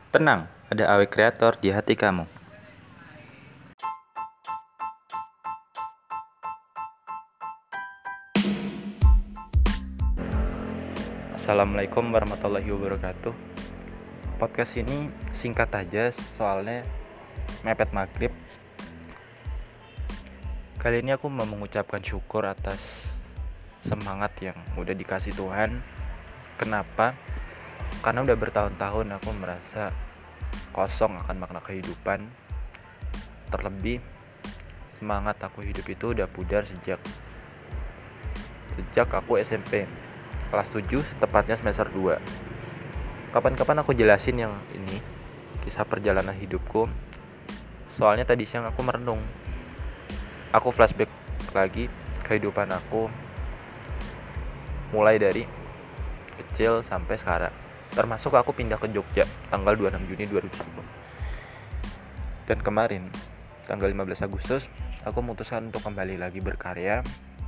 Tenang, ada AW Kreator di hati kamu. Assalamualaikum warahmatullahi wabarakatuh. Podcast ini singkat aja soalnya mepet maghrib. Kali ini aku mau mengucapkan syukur atas semangat yang udah dikasih Tuhan. Kenapa? Karena udah bertahun-tahun aku merasa kosong akan makna kehidupan. Terlebih semangat aku hidup itu udah pudar sejak aku SMP kelas 7, tepatnya semester 2. Kapan-kapan aku jelasin yang ini, kisah perjalanan hidupku. Soalnya tadi siang aku merenung. Aku flashback lagi kehidupan aku mulai dari kecil sampai sekarang. Termasuk aku pindah ke Jogja tanggal 26 Juni 2010. Dan kemarin tanggal 15 Agustus aku memutuskan untuk kembali lagi berkarya.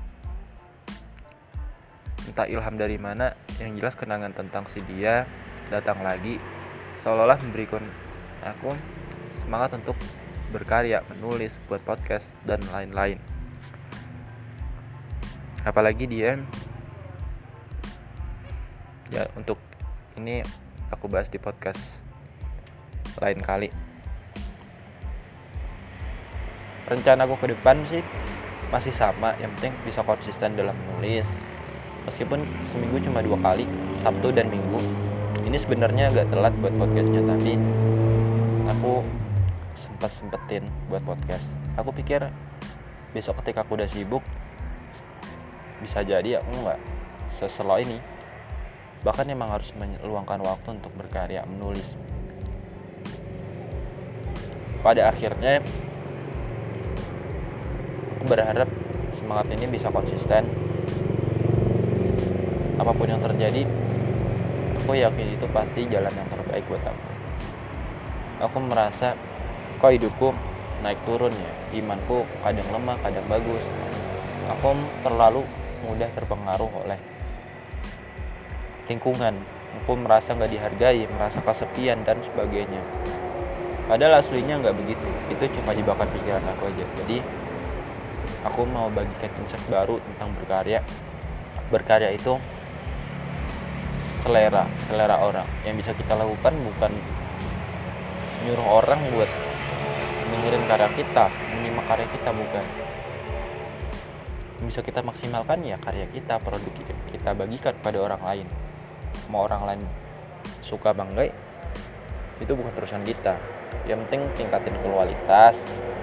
Entah ilham dari mana, yang jelas kenangan tentang si dia datang lagi, seolah-olah memberikan aku semangat untuk berkarya, menulis, buat podcast, dan lain-lain. Apalagi dia, ya untuk ini aku bahas di podcast lain kali. Rencana aku ke depan sih masih sama, yang penting bisa konsisten dalam menulis. Meskipun seminggu cuma 2 kali, Sabtu dan Minggu. Ini sebenarnya agak telat buat podcastnya, tapi aku sempetin buat podcast. Aku pikir besok ketika aku udah sibuk, bisa jadi aku nggak seselo ini. Bahkan emang harus meluangkan waktu untuk berkarya, menulis. Pada akhirnya aku berharap semangat ini bisa konsisten. Apapun yang terjadi, aku yakin itu pasti jalan yang terbaik buat aku. Aku merasa kok hidupku naik turun ya, imanku kadang lemah, kadang bagus. Aku terlalu mudah terpengaruh oleh lingkungan. Aku merasa gak dihargai, merasa kesepian dan sebagainya. Padahal aslinya gak begitu. Itu cuma jebakan pikiran aku aja. Jadi aku mau bagikan insight baru tentang berkarya. Berkarya itu selera orang. Yang bisa kita lakukan bukan nyuruh orang buat dengerin karya kita, menyimak karya kita, bukan. Yang bisa kita maksimalkan ya karya kita, produk kita bagikan pada orang lain. Mau orang lain suka bangga, itu bukan urusan kita. Yang penting tingkatin kualitas,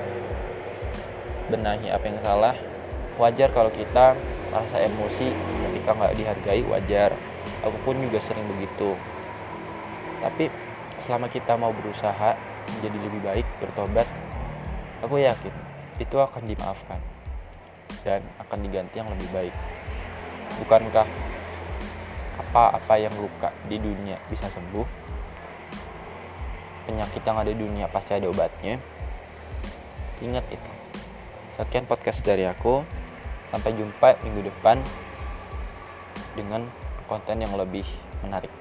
benahi apa yang salah. Wajar kalau kita rasa emosi ketika nggak dihargai, wajar. Aku pun juga sering begitu. Tapi selama kita mau berusaha menjadi lebih baik, bertobat, aku yakin itu akan dimaafkan dan akan diganti yang lebih baik. Bukankah apa yang luka di dunia bisa sembuh? Penyakit yang ada di dunia pasti ada obatnya. Ingat itu. Sekian podcast dari aku. Sampai jumpa minggu depan dengan konten yang lebih menarik.